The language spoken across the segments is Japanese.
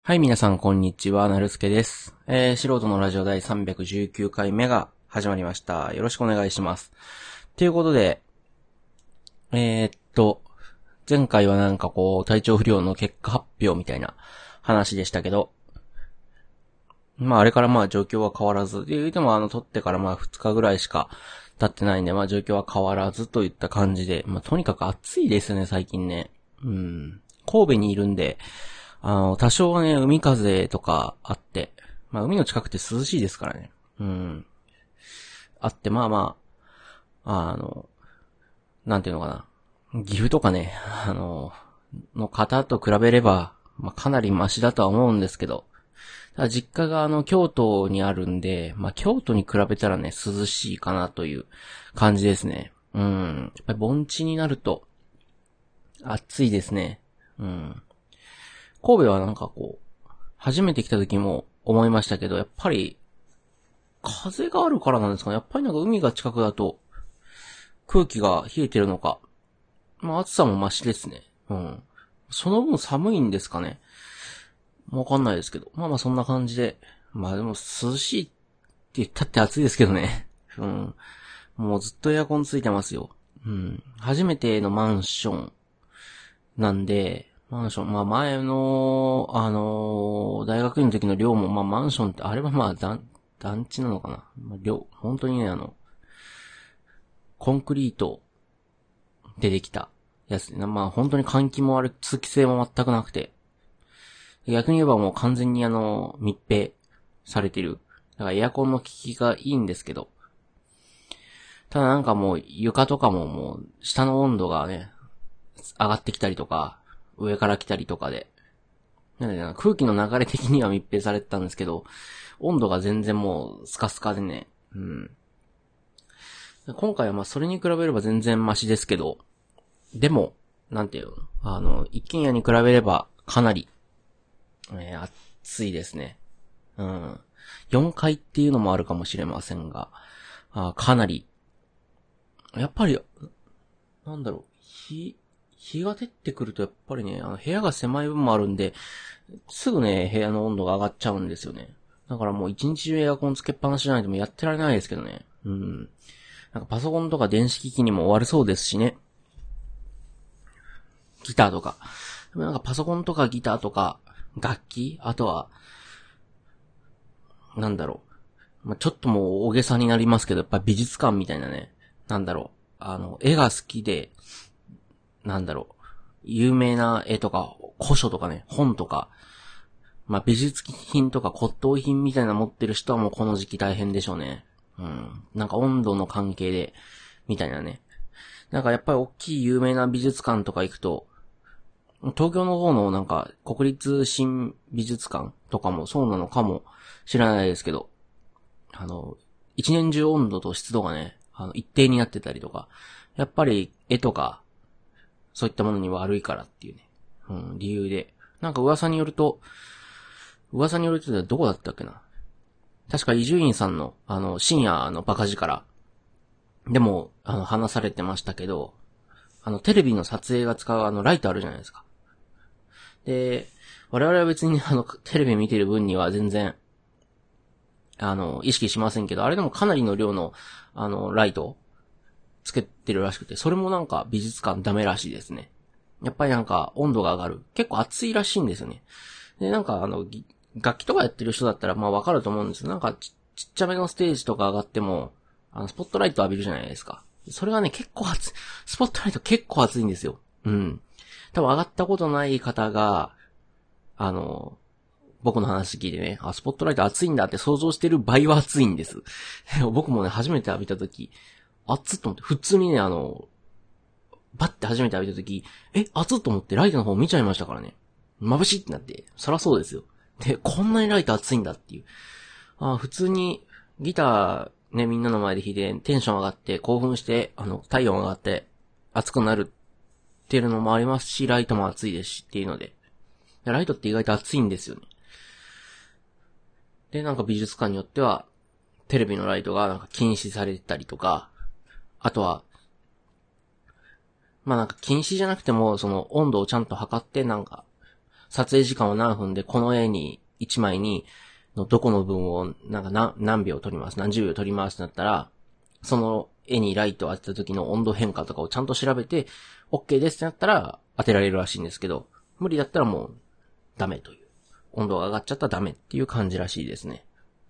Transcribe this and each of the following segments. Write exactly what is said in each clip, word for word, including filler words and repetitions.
はい、皆さん、こんにちは。なるすけです。えー、素人のラジオ第さんびゃくじゅうきゅうかいめが始まりました。よろしくお願いします。ということで、えー、っと、前回はなんかこう、体調不良の結果発表みたいな話でしたけど、まあ、あれからまあ、状況は変わらず、で言うてもあの、撮ってからまあ、ふつかぐらいしか経ってないんで、まあ、状況は変わらずといった感じで、まあ、とにかく暑いですね、最近ね。うん。神戸にいるんで、あの、多少はね、海風とかあって、まあ海の近くて涼しいですからね。うん。あって、まあまあ、あの、なんていうのかな。岐阜とかね、あの、の方と比べれば、まあかなりマシだとは思うんですけど、ただ実家があの、京都にあるんで、まあ京都に比べたらね、涼しいかなという感じですね。うん。やっぱり盆地になると、暑いですね。うん。神戸はなんかこう、初めて来た時も思いましたけど、やっぱり、風があるからなんですかね。やっぱりなんか海が近くだと、空気が冷えてるのか。まあ暑さもマシですね。うん。その分寒いんですかね。わかんないですけど。まあまあそんな感じで。まあでも涼しいって言ったって暑いですけどね。うん。もうずっとエアコンついてますよ。うん。初めてのマンションなんで、マンション、まあ前の、あのー大学院の時の寮も、まあマンションって、あれはまあ団、団地なのかな。まあ、寮、本当にね、あの、コンクリートでできたやつで、まあ本当に換気もあれ、通気性も全くなくて、逆に言えばもう完全にあの、密閉されてる。だからエアコンの効きがいいんですけど、ただなんかもう床とかももう下の温度がね、上がってきたりとか、上から来たりとかで、なんでな空気の流れ的には密閉されてたんですけど、温度が全然もうスカスカでね、うん。今回はまあそれに比べれば全然マシですけど、でも、なんていうのあの、一軒家に比べればかなり、えー、暑いですね。うん。よんかいっていうのもあるかもしれませんが、あかなり、やっぱり、なんだろう、日、日が照ってくるとやっぱりね、あの部屋が狭い分もあるんで、すぐね、部屋の温度が上がっちゃうんですよね。だからもう一日中エアコンつけっぱなしじゃないともやってられないですけどね。うん。なんかパソコンとか電子機器にも終わるそうですしね。ギターとか。でもなんかパソコンとかギターとか、楽器あとは、なんだろう。まあ、ちょっともう大げさになりますけど、やっぱ美術館みたいなね。なんだろう。あの、絵が好きで、なんだろう。有名な絵とか、古書とかね、本とか、まあ、美術品とか骨董品みたいな持ってる人はもうこの時期大変でしょうね。うん。なんか温度の関係で、みたいなね。なんかやっぱり大きい有名な美術館とか行くと、東京の方のなんか国立新美術館とかもそうなのかもしれないですけど、あの、一年中温度と湿度がね、あの、一定になってたりとか、やっぱり絵とか、そういったものに悪いからっていうね、うん、理由で。なんか噂によると、噂によるとどこだったっけな。確か伊集院さんの、あの、深夜のバカ力でも、あの、話されてましたけど、あの、テレビの撮影が使うあの、ライトあるじゃないですか。で、我々は別にあの、テレビ見てる分には全然、あの、意識しませんけど、あれでもかなりの量の、あの、ライトつけてるらしくて、それもなんか美術館ダメらしいですね。やっぱりなんか温度が上がる。結構暑いらしいんですよね。で、なんかあの、楽器とかやってる人だったらまあわかると思うんですよ。なんかちちっちゃめのステージとか上がっても、あの、スポットライト浴びるじゃないですか。それがね、結構暑い。スポットライト結構暑いんですよ。うん。多分上がったことない方が、あの、僕の話聞いてね、あ、スポットライト暑いんだって想像してる倍は暑いんです。僕もね、初めて浴びたとき、熱っと思って、普通にね、あの、バッて初めて浴びたとき、え、熱っと思ってライトの方見ちゃいましたからね。眩しいってなって、そらそうですよ。で、こんなにライト熱いんだっていう。あ、普通にギターね、みんなの前で弾いてテンション上がって興奮して、あの、体温上がって熱くなるっていうのもありますし、ライトも熱いですしっていうので。ライトって意外と熱いんですよね。で、なんか美術館によっては、テレビのライトがなんか禁止されてたりとか、あとは、まあなんか禁止じゃなくても、その温度をちゃんと測ってなんか、 撮影時間は何分で、この絵に、いちまいに、のどこの分を、なんか何、何秒撮ります、何十秒撮りますってなったら、その絵にライトを当てた時の温度変化とかをちゃんと調べて、OK ですってなったら当てられるらしいんですけど、無理だったらもう、ダメという。温度が上がっちゃったらダメっていう感じらしいですね。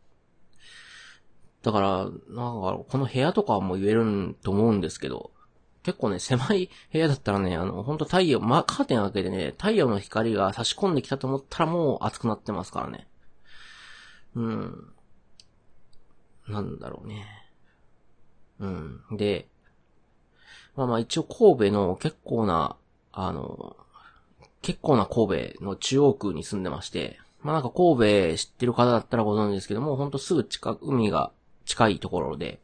だから、なんか、この部屋とかも言えると思うんですけど、結構ね、狭い部屋だったらね、あの、ほんと太陽、ま、カーテン開けてね、太陽の光が差し込んできたと思ったらもう暑くなってますからね。うん。なんだろうね。うん。で、まあまあ一応神戸の結構な、あの、結構な神戸の中央区に住んでまして、まあなんか神戸知ってる方だったらご存知ですけども、ほんとすぐ近く、海が近いところで、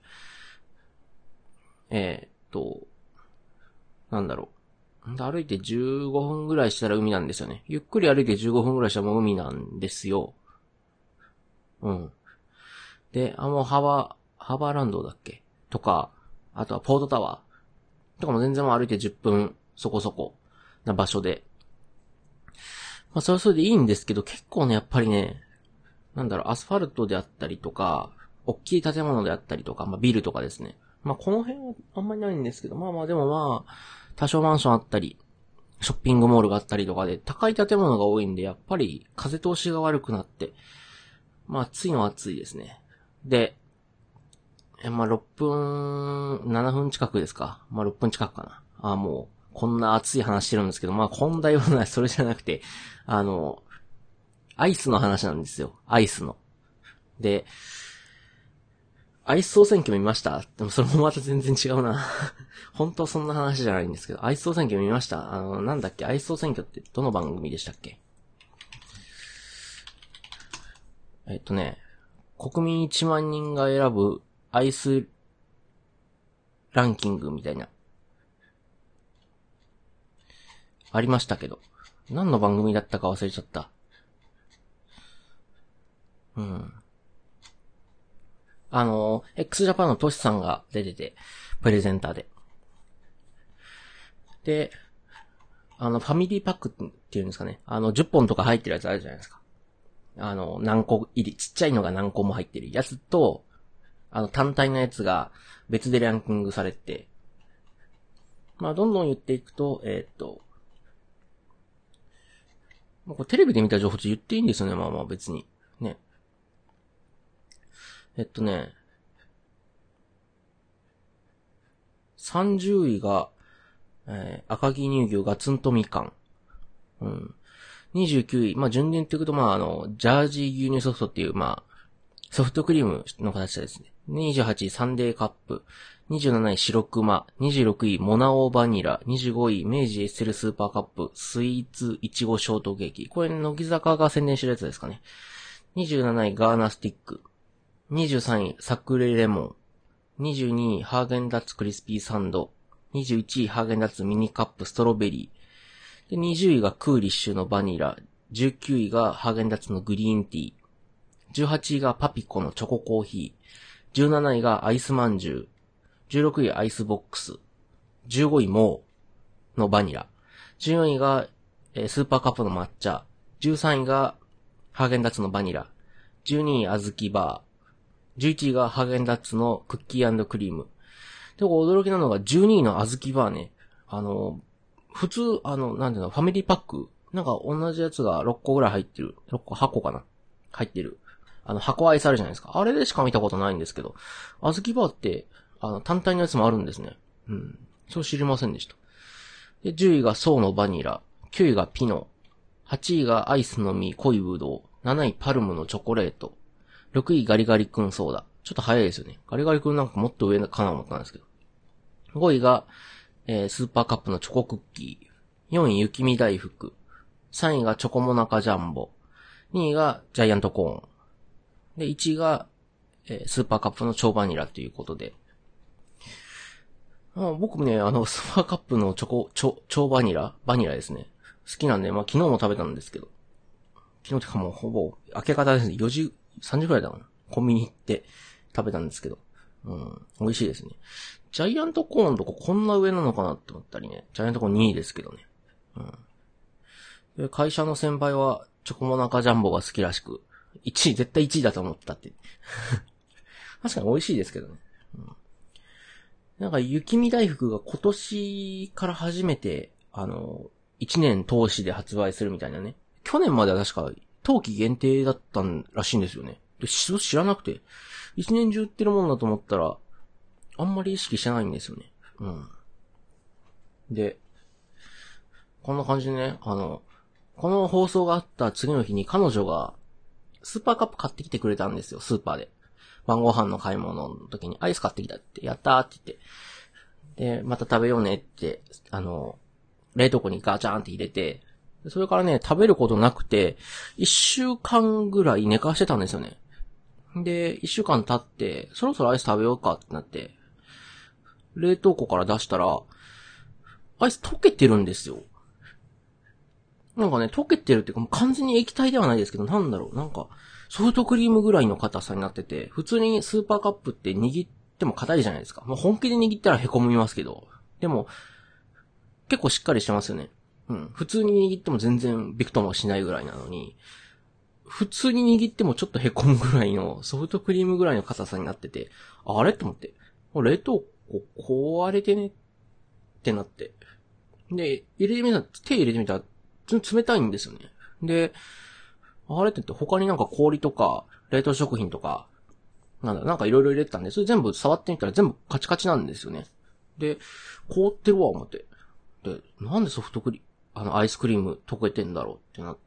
えー、っと、なんだろう。歩いてじゅうごふんぐらいしたら海なんですよね。ゆっくり歩いてじゅうごふんぐらいしたらもう海なんですよ。うん。で、あ、もうハバ、ハバーランドだっけとか、あとはポートタワーとかも全然もう歩いてじゅっぷんそこそこな場所で。まあそれはそれでいいんですけど、結構ね、やっぱりね、なんだろう、アスファルトであったりとか、大きい建物であったりとか、まあビルとかですね。まあこの辺はあんまりないんですけど、まあまあでもまあ、多少マンションあったり、ショッピングモールがあったりとかで、高い建物が多いんで、やっぱり風通しが悪くなって、まあ暑いのは暑いですね。で、え、まあろっぷん、ななふん近くですか。まあろっぷん近くかな。あ、もう、こんな熱い話してるんですけど、まあ本題はない、それじゃなくて、あの、アイスの話なんですよ。アイスの。で、アイス総選挙見ました？でもそれもまた全然違うな。本当はそんな話じゃないんですけど、アイス総選挙見ました？あの、なんだっけ、アイス総選挙ってどの番組でしたっけ？えっとね、国民いちまん人が選ぶアイスランキングみたいな。ありましたけど。何の番組だったか忘れちゃった。うん。あの、x ジャパンのトシさんが出てて、プレゼンターで。で、あの、ファミリーパックっていうんですかね。あの、じゅっぽんとか入ってるやつあるじゃないですか。あの、何個入り、ちっちゃいのが何個も入ってるやつと、あの、単体のやつが別でランキングされて、まあ、どんどん言っていくと、えー、っと、まあ、これテレビで見た情報って言っていいんですよね、まあまあ別に。ね。えっとね、さんじゅういが、えー、赤城乳業ガツンとみかん。うん。にじゅうきゅうい、まあ、順に言っていくと、まあ、あの、ジャージー牛乳ソフトっていう、まあ、ソフトクリームの形ですね。にじゅうはちいサンデーカップ。にじゅうなない白熊。にじゅうろくいモナオバニラ。にじゅうごい明治エッセルスーパーカップ。スイーツいちごショートケーキ。これ、乃木坂が宣伝してるやつですかね。にじゅうなないガーナスティック。にじゅうさんいサクレレモン。にじゅうにいハーゲンダッツクリスピーサンド。にじゅういちいハーゲンダッツミニカップストロベリー。で、にじゅういがクーリッシュのバニラ。じゅうきゅういがハーゲンダッツのグリーンティー。じゅうはちいがパピコのチョココーヒー。じゅうなないがアイスまんじゅう。じゅうろくいアイスボックス。じゅうごいモーのバニラ。じゅうよんいが、えー、スーパーカップの抹茶。じゅうさんいがハーゲンダッツのバニラ。じゅうにいあずきバー。じゅういちいがハーゲンダッツのクッキー&クリーム。で、驚きなのがじゅうにいのあずきバーね。あの、普通、あの、なんていうの、ファミリーパック。なんか同じやつがろっこぐらい入ってる。ろっこ、はっこかな入ってる。あの、箱アイスあるじゃないですか。あれでしか見たことないんですけど、あずきバーって、あの、単体のやつもあるんですね。うん。そう知りませんでした。で、じゅういがソーのバニラ。きゅういがピノ。はちいがアイスの実濃いぶどう。なないパルムのチョコレート。ろくいガリガリ君ソーダ。ちょっと早いですよね。ガリガリ君なんかもっと上かなと思ったんですけど。ごいが、えー、スーパーカップのチョコクッキー。よんい雪見大福。さんいがチョコモナカジャンボ。にいがジャイアントコーン。で、いちいが、えー、スーパーカップの超バニラということで。あ僕ね、あの、スーパーカップのチョコ、超、超バニラバニラですね。好きなんで、まあ昨日も食べたんですけど。昨日ってかもうほぼ、明け方ですね。よじ、さんじくらいだな。コンビニ行って食べたんですけど。うん、美味しいですね。ジャイアントコーンとかこんな上なのかなって思ったりね。ジャイアントコーンにいですけどね。うん。 で会社の先輩はチョコモナカジャンボが好きらしく、いちい、絶対いちいだと思ったって。確かに美味しいですけどね。うん、なんか雪見大福が今年から初めて、あの、いちねん通しで発売するみたいなね。去年までは確か冬季限定だったらしいんですよね。で、知らなくて、一年中売ってるもんだと思ったら、あんまり意識してないんですよね。うん。で、こんな感じでね、あの、この放送があった次の日に彼女がスーパーカップ買ってきてくれたんですよ、スーパーで。晩ご飯の買い物の時にアイス買ってきたって、やったーって言って。で、また食べようねって、あの、冷凍庫にガチャーンって入れて、それからね、食べることなくて、一週間ぐらい寝かしてたんですよね。で、一週間経って、そろそろアイス食べようかってなって、冷凍庫から出したら、アイス溶けてるんですよ。なんかね、溶けてるっていうか、もう完全に液体ではないですけど、なんだろう、なんか、ソフトクリームぐらいの硬さになってて、普通にスーパーカップって握っても硬いじゃないですか。もう本気で握ったら凹みますけど、でも、結構しっかりしてますよね。うん。普通に握っても全然びくともしないぐらいなのに、普通に握ってもちょっと凹むぐらいの、ソフトクリームぐらいの硬さになってて、あれと思って。冷凍庫壊れてねってなって。で、入れてみたら、手入れてみたら、冷たいんですよね。で、あれって言って他になんか氷とか、冷凍食品とか、なんだ、なんかいろいろ入れてたんで、それ全部触ってみたら全部カチカチなんですよね。で、凍ってるわ、思って。で、なんでソフトクリ、あの、アイスクリーム溶けてんだろうってなって、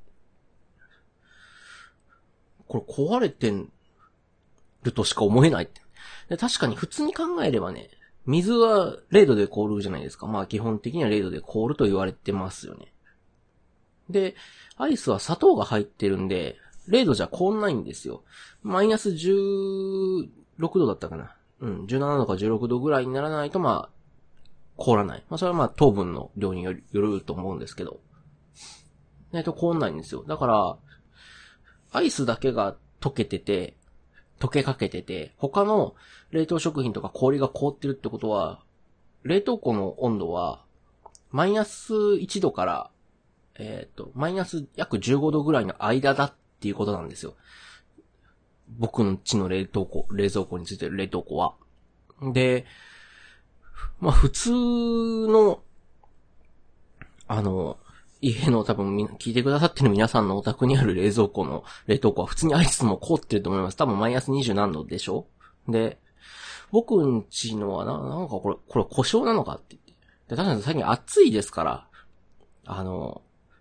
これ壊れてるとしか思えないって。で、確かに普通に考えればね、水はれいどで凍るじゃないですか。まあ基本的にはれいどで凍ると言われてますよね。で、アイスは砂糖が入ってるんで、れいどじゃ凍んないんですよ。マイナスじゅうろくどだったかな。うん、じゅうななどかじゅうろくどぐらいにならないとまあ、凍らない。まあそれはまあ糖分の量によると思うんですけど。えと凍んないんですよ。だから、アイスだけが溶けてて、溶けかけてて、他の冷凍食品とか氷が凍ってるってことは、冷凍庫の温度は、マイナスいちどから、えっと、マイナス約じゅうごどぐらいの間だっていうことなんですよ。僕の家の冷凍庫、冷蔵庫についてる冷凍庫は。で、まあ普通の、あの、家の多分聞いてくださってる皆さんのお宅にある冷蔵庫の冷凍庫は普通にアイスも凍ってると思います。多分マイナスにじゅうなんどでしょで、僕んちのはな、なんかこれ、これ故障なのかって言って。で、確かに最近暑いですから、あの、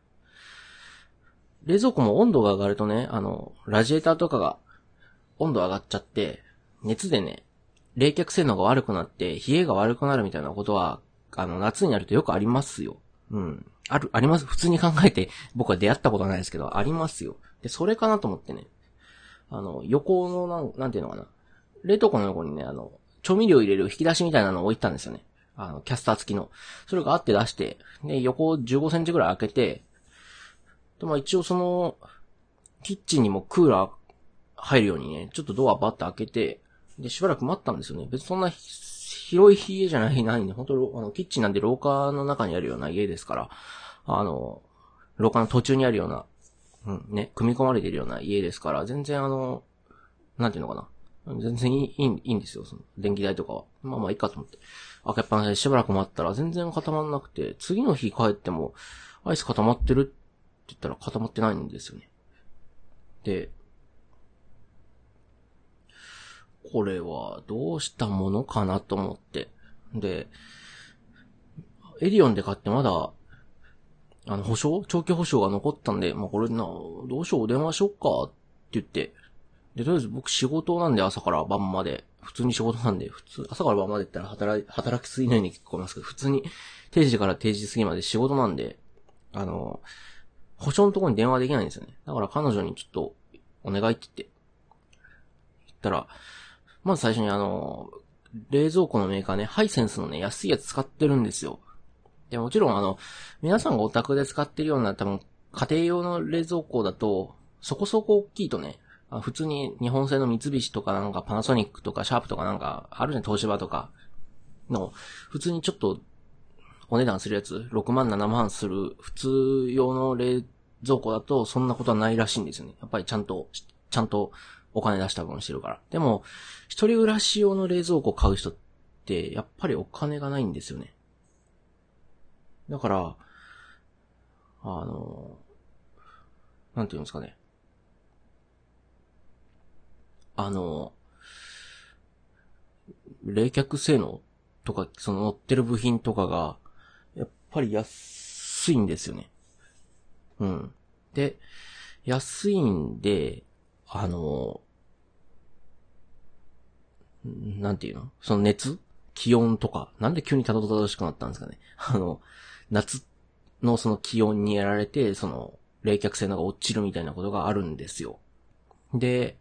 冷蔵庫も温度が上がるとね、あの、ラジエーターとかが温度上がっちゃって、熱でね、冷却性能が悪くなって、冷えが悪くなるみたいなことは、あの、夏になるとよくありますよ。うん。ある、あります。普通に考えて、僕は出会ったことないですけど、ありますよ。で、それかなと思ってね。あの、横のなん、なんていうのかな。冷凍庫の横にね、あの、調味料入れる引き出しみたいなのを置いてたんですよね。あの、キャスター付きの。それがあって出して、で、横じゅうごセンチぐらい開けて、で、まあ一応その、キッチンにもクーラー入るようにね、ちょっとドアバッと開けて、で、しばらく待ったんですよね。別にそんな広い家じゃない、ないんで、本当あの、キッチンなんで廊下の中にあるような家ですから、あの、廊下の途中にあるような、うん、ね、組み込まれているような家ですから、全然あの、なんていうのかな。全然いい、いい、いいんですよ、その、電気代とかは。まあまあいいかと思って。開けっぱなしでしばらく待ったら全然固まんなくて、次の日帰っても、アイス固まってるって言ったら固まってないんですよね。で、これはどうしたものかなと思って。で、エディオンで買ってまだ、あの、保証長期保証が残ったんで、まあ、これな、どうしよう、お電話しよっかって言って、で、とりあえず僕仕事なんで朝から晩まで、普通に仕事なんで、普通、朝から晩までって言ったら働い、働きすぎないように聞こえますけど、普通に定時から定時過ぎまで仕事なんで、あの、保証のところに電話できないんですよね。だから彼女にちょっと、お願いって言って、言ったら、まず最初にあの、冷蔵庫のメーカーね、ハイセンスのね、安いやつ使ってるんですよ。で、もちろんあの、皆さんがお宅で使ってるような多分、家庭用の冷蔵庫だと、そこそこ大きいとね、普通に日本製の三菱とかなんかパナソニックとかシャープとかなんかあるじゃん、東芝とかの、普通にちょっとお値段するやつ、ろくまんななまんする普通用の冷蔵庫だとそんなことはないらしいんですよね。やっぱりちゃんと、ちゃんとお金出した分してるから。でも、一人暮らし用の冷蔵庫買う人って、やっぱりお金がないんですよね。だから、あの、なんていうんですかね。あの、冷却性能とか、その乗ってる部品とかが、やっぱり安いんですよね。うん。で、安いんで、あの、なんていうのその熱気温とか、なんで急にたどたどしくなったんですかね。あの、夏のその気温にやられて、その、冷却性能が落ちるみたいなことがあるんですよ。で、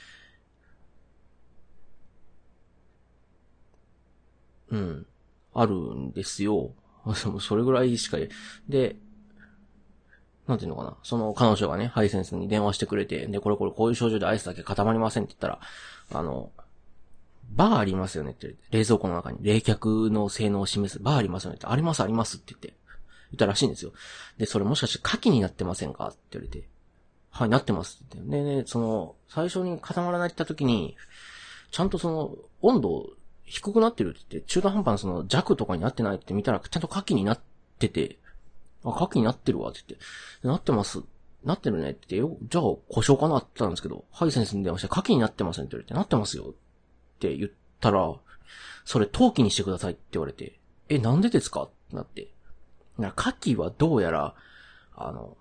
うん。あるんですよ。それぐらいしか、で、なんていうのかな。その彼女がね、ハイセンスに電話してくれて、で、これこれこういう症状でアイスだけ固まりませんって言ったら、あの、バーありますよねって言って、冷蔵庫の中に冷却の性能を示すバーありますよねって、ありますありますって言って、言ったらしいんですよ。で、それもしかして火器になってませんかって言われて、はい、なってますって言って。でね、その、最初に固まらないって言った時に、ちゃんとその、温度低くなってるって言って、中途半端なその弱とかになってないって見たら、ちゃんと火器になってて、あ、火器になってるわって言って、なってます。なってるねって言って、よ、じゃあ故障かなって言ったんですけど、ハイセンスに電話して火器になってませんって言われて、なってますよって言ったら、それ陶器にしてくださいって言われて、え、なんでですかってなって。な、火器はどうやら、あの、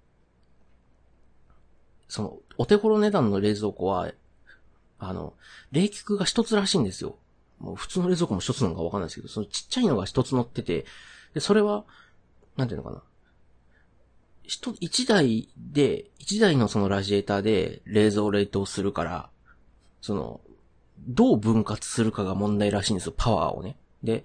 その、お手頃値段の冷蔵庫は、あの、冷却が一つらしいんですよ。もう普通の冷蔵庫も一つなのかわかんないですけど、そのちっちゃいのが一つ乗ってて、で、それは、なんていうのかな。一、一台で、一台のそのラジエーターで冷蔵冷凍するから、その、どう分割するかが問題らしいんですよ、パワーをね。で、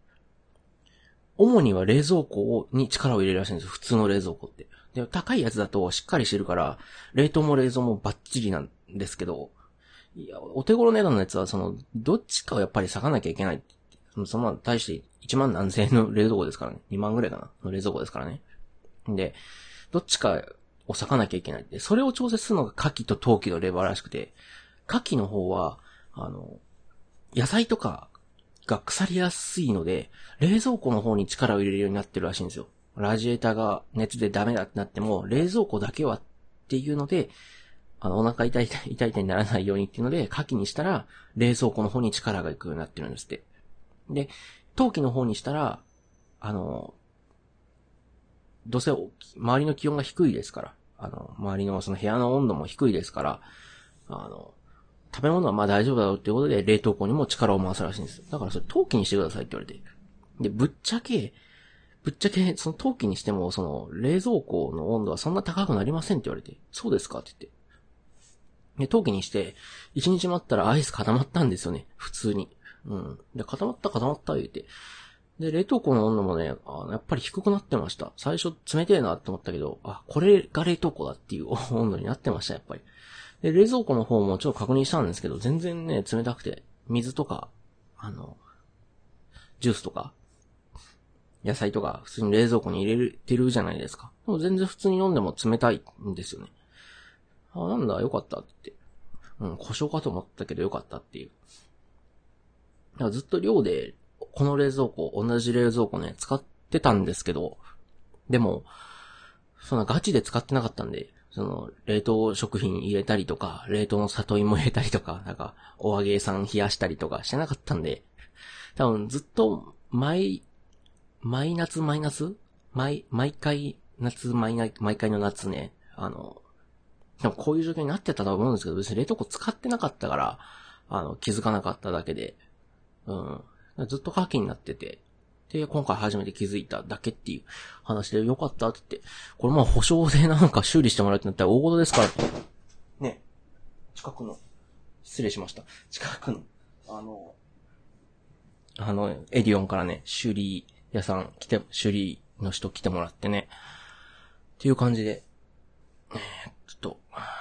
主には冷蔵庫に力を入れるらしいんですよ、普通の冷蔵庫って。で、高いやつだとしっかりしてるから、冷凍も冷蔵もバッチリなんですけど、いや、お手頃値段のやつは、その、どっちかをやっぱり割かなきゃいけない。その、対していちまん何千円の冷蔵庫ですからね。にまんぐらいかなの冷蔵庫ですからね。で、どっちかを割かなきゃいけない。で、それを調節するのが夏季と冬季のレバーらしくて、夏季の方は、あの、野菜とかが腐りやすいので、冷蔵庫の方に力を入れるようになってるらしいんですよ。ラジエーターが熱でダメだってなっても、冷蔵庫だけはっていうので、あの、お腹痛い痛い痛い痛いにならないようにっていうので、夏季にしたら、冷蔵庫の方に力が行くようになってるんですって。で、冬季の方にしたら、あの、どうせ周りの気温が低いですから、あの、周りのその部屋の温度も低いですから、あの、食べ物はまあ大丈夫だろうっていうことで、冷凍庫にも力を回すらしいんです。だからそれ冬季にしてくださいって言われて。で、ぶっちゃけ、ぶっちゃけ、その冬季にしても、その、冷蔵庫の温度はそんな高くなりませんって言われて、そうですかって言って。で、陶器にして、一日待ったらアイス固まったんですよね。普通に。うん。で、固まった固まった言うて。で、冷凍庫の温度もね、あやっぱり低くなってました。最初冷てえなって思ったけど、あ、これが冷凍庫だっていう温度になってました、やっぱり。で、冷蔵庫の方もちょっと確認したんですけど、全然ね、冷たくて、水とか、あの、ジュースとか、野菜とか、普通に冷蔵庫に入れてるじゃないですか。でも全然普通に飲んでも冷たいんですよね。あ、なんだ、よかったって。うん、故障かと思ったけどよかったっていう。だからずっと寮で、この冷蔵庫、同じ冷蔵庫ね、使ってたんですけど、でも、そんなガチで使ってなかったんで、その、冷凍食品入れたりとか、冷凍の里芋入れたりとか、なんか、お揚げさん冷やしたりとかしてなかったんで、多分ずっと、毎、毎夏毎夏毎、毎回、夏毎、毎回の夏ね、あの、でもこういう状況になってたと思うんですけど、別に冷凍庫使ってなかったから、あの、気づかなかっただけで、うん。ずっと火器になってて、で、今回初めて気づいただけっていう話でよかったって言って、これまあ保証でなんか修理してもらうってなったら大事ですからって。ね。近くの、失礼しました。近くの、あの、あの、エディオンからね、修理屋さん来て、修理の人来てもらってね、っていう感じで、えー、ちょっと、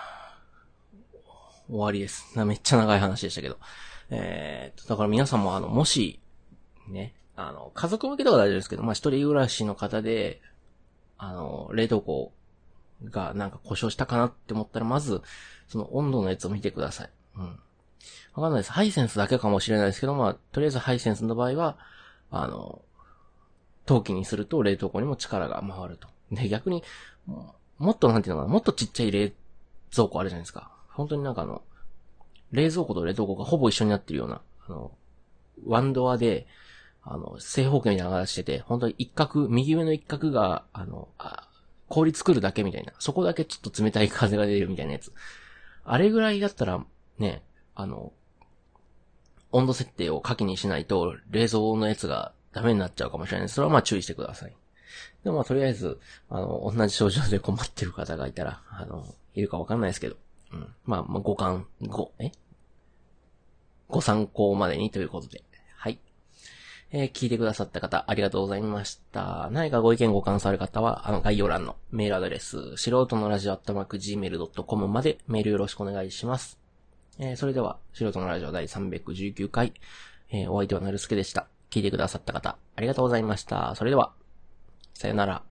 終わりです。めっちゃ長い話でしたけど。えー、だから皆さんもあの、もし、ね、 あの、家族向けとか大丈夫ですけど、まあ、一人暮らしの方で、あの、冷凍庫がなんか故障したかなって思ったら、まず、その温度のやつを見てください。うん。わかんないです。ハイセンスだけかもしれないですけど、まあ、とりあえずハイセンスの場合は、あの、陶器にすると冷凍庫にも力が回ると。で、逆に、もっとなんていうのかな、もっとちっちゃい冷蔵庫あるじゃないですか。本当になんかあの、冷蔵庫と冷凍庫がほぼ一緒になってるような、あの、ワンドアで、あの、正方形みたいな形してて、本当に一角、右上の一角が、あの、あ氷作るだけみたいな。そこだけちょっと冷たい風が出るみたいなやつ。あれぐらいだったら、ね、あの、温度設定を下記にしないと、冷蔵のやつがダメになっちゃうかもしれないです。それはまあ注意してください。でもまあとりあえず、あの、同じ症状で困ってる方がいたら、あの、いるかわかんないですけど。うん。まあ、まあ、ご感、ご、えご参考までにということで。はい。えー、聞いてくださった方、ありがとうございました。何かご意見ご感想ある方は、あの、概要欄のメールアドレス、素人のラジオアットマーク ジーメールドットコム までメールよろしくお願いします。えー、それでは、素人のラジオ第さんびゃくじゅうきゅうかい、えー、お相手はなるすけでした。聞いてくださった方、ありがとうございました。それでは、さよなら。